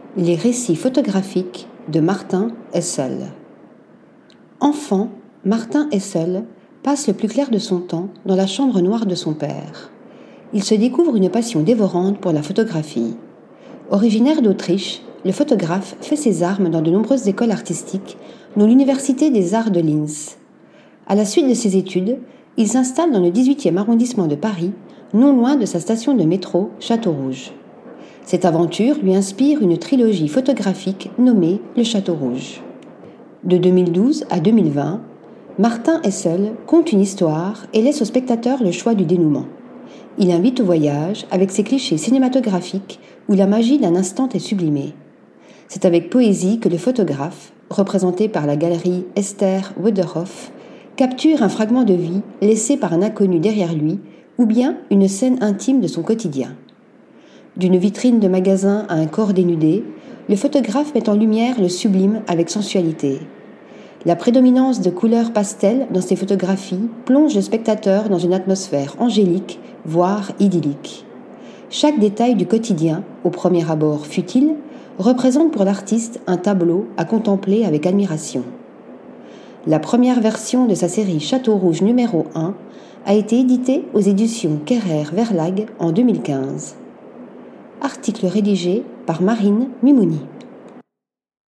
Les récits photographiques de Martin Hessel. Enfant, Martin Hessel passe le plus clair de son temps dans la chambre noire de son père. Il se découvre une passion dévorante pour la photographie. Originaire d'Autriche, le photographe fait ses armes dans de nombreuses écoles artistiques, dont l'Université des Arts de Linz. À la suite de ses études, il s'installe dans le 18e arrondissement de Paris, non loin de sa station de métro Château-Rouge. Cette aventure lui inspire une trilogie photographique nommée Le Château Rouge. De 2012 à 2020, Martin Hessel conte une histoire et laisse au spectateur le choix du dénouement. Il invite au voyage avec ses clichés cinématographiques où la magie d'un instant est sublimée. C'est avec poésie que le photographe, représenté par la galerie Esther Wöderhoff, capture un fragment de vie laissé par un inconnu derrière lui ou bien une scène intime de son quotidien. D'une vitrine de magasin à un corps dénudé, le photographe met en lumière le sublime avec sensualité. La prédominance de couleurs pastel dans ses photographies plonge le spectateur dans une atmosphère angélique, voire idyllique. Chaque détail du quotidien, au premier abord futile, représente pour l'artiste un tableau à contempler avec admiration. La première version de sa série Château Rouge numéro 1 a été éditée aux éditions Kerrer-Verlag en 2015. Article rédigé par Marine Mimouni.